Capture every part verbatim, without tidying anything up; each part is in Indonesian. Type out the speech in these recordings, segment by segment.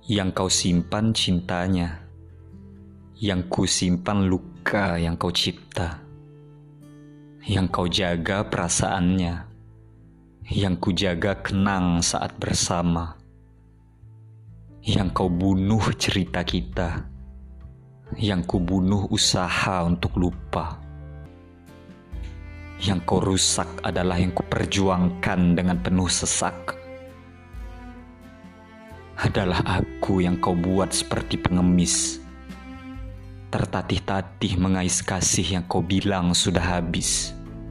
Yang kau simpan cintanya, yang ku simpan luka yang kau cipta. Yang kau jaga perasaannya, yang ku jaga kenang saat bersama. Yang kau bunuh cerita kita, yang ku bunuh usaha untuk lupa. Yang kau rusak adalah yang ku perjuangkan dengan penuh sesak. Adalah aku yang kau buat seperti pengemis, tertatih-tatih mengais kasih yang kau bilang sudah habis.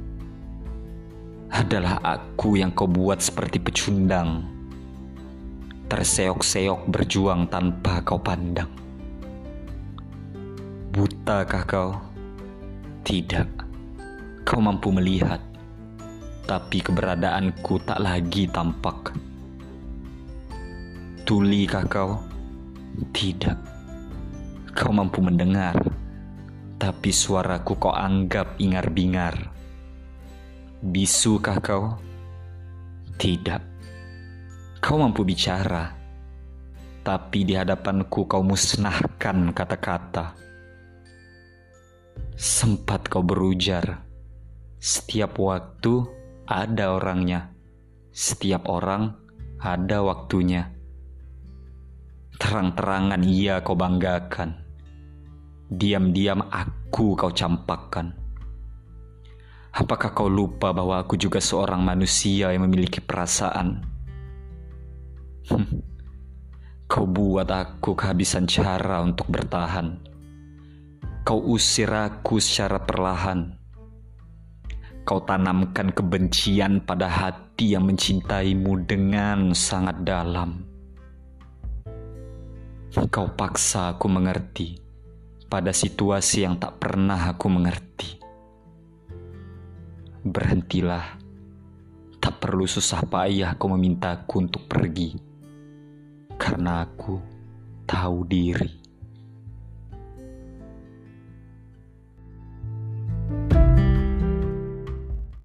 Adalah aku yang kau buat seperti pecundang, terseok-seok berjuang tanpa kau pandang. Butakah kau? Tidak, kau mampu melihat, tapi keberadaanku tak lagi tampak. Tulikah kau? Tidak, kau mampu mendengar, tapi suaraku kau anggap ingar-bingar. Bisukah kau? Tidak, kau mampu bicara, tapi di hadapanku kau musnahkan kata-kata. Sempat kau berujar, setiap waktu ada orangnya, setiap orang ada waktunya. Terang-terangan ia kau banggakan, diam-diam aku kau campakkan. Apakah kau lupa bahwa aku juga seorang manusia yang memiliki perasaan? Kau buat aku kehabisan cara untuk bertahan. Kau usir aku secara perlahan. Kau tanamkan kebencian pada hati yang mencintaimu dengan sangat dalam. Kau paksa aku mengerti pada situasi yang tak pernah aku mengerti. Berhentilah, tak perlu susah payah kau memintaku untuk pergi, karena aku tahu diri.